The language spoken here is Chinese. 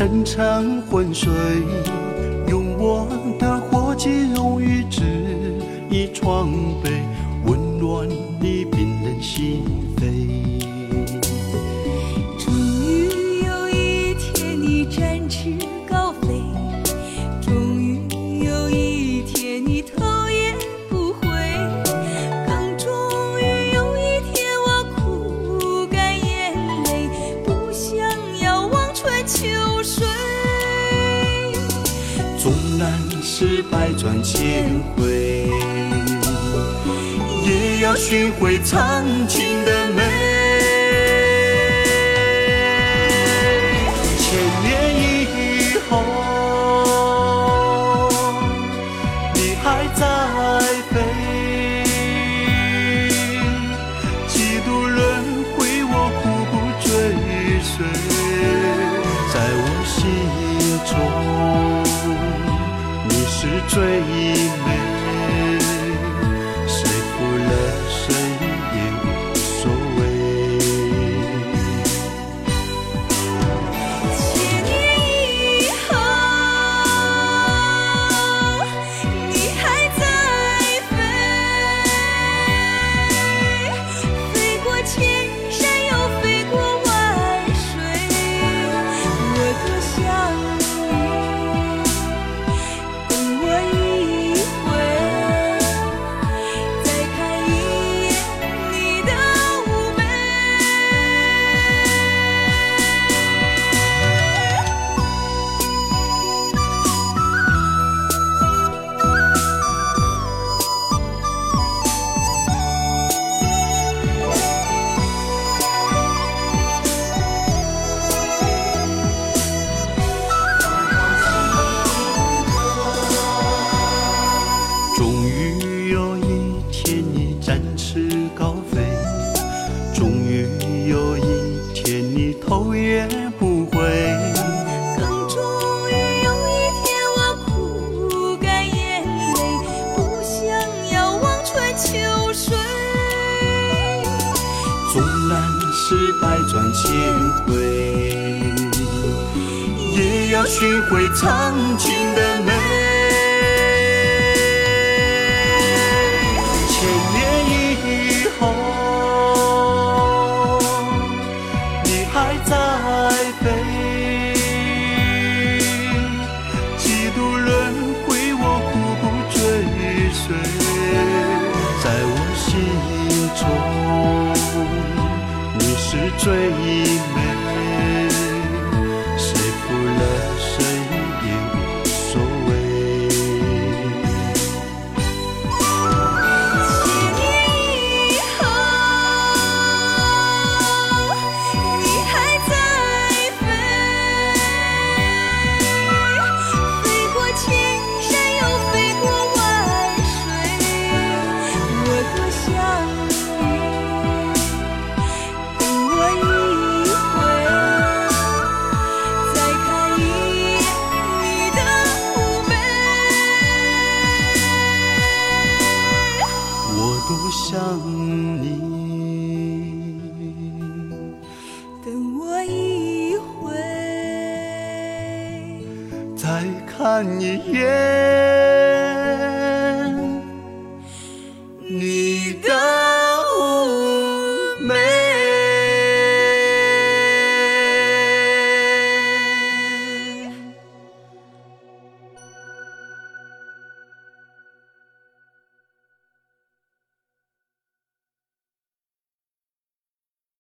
深沉浑水，用我的火鸡溶于纸一床被，温暖你冰冷心扉。 终于有一天你展翅高飞，终于有一天你头也不回，更终于有一天我哭干眼泪，不想要望穿秋水。 纵然是百转千回，也要寻回曾经的美。千年以后，你还在飞，几度轮回我苦苦追随，在我心中你是最美。头也不回， 更终于有一天我哭干眼泪，不想要望穿秋水。 纵然是百转千回，也要寻回曾经的美。千年以后，还在飞，几度轮回我苦苦追随，在我心中你是最美，谁负了谁也无所谓。多想你， 等我一回， 再看一眼。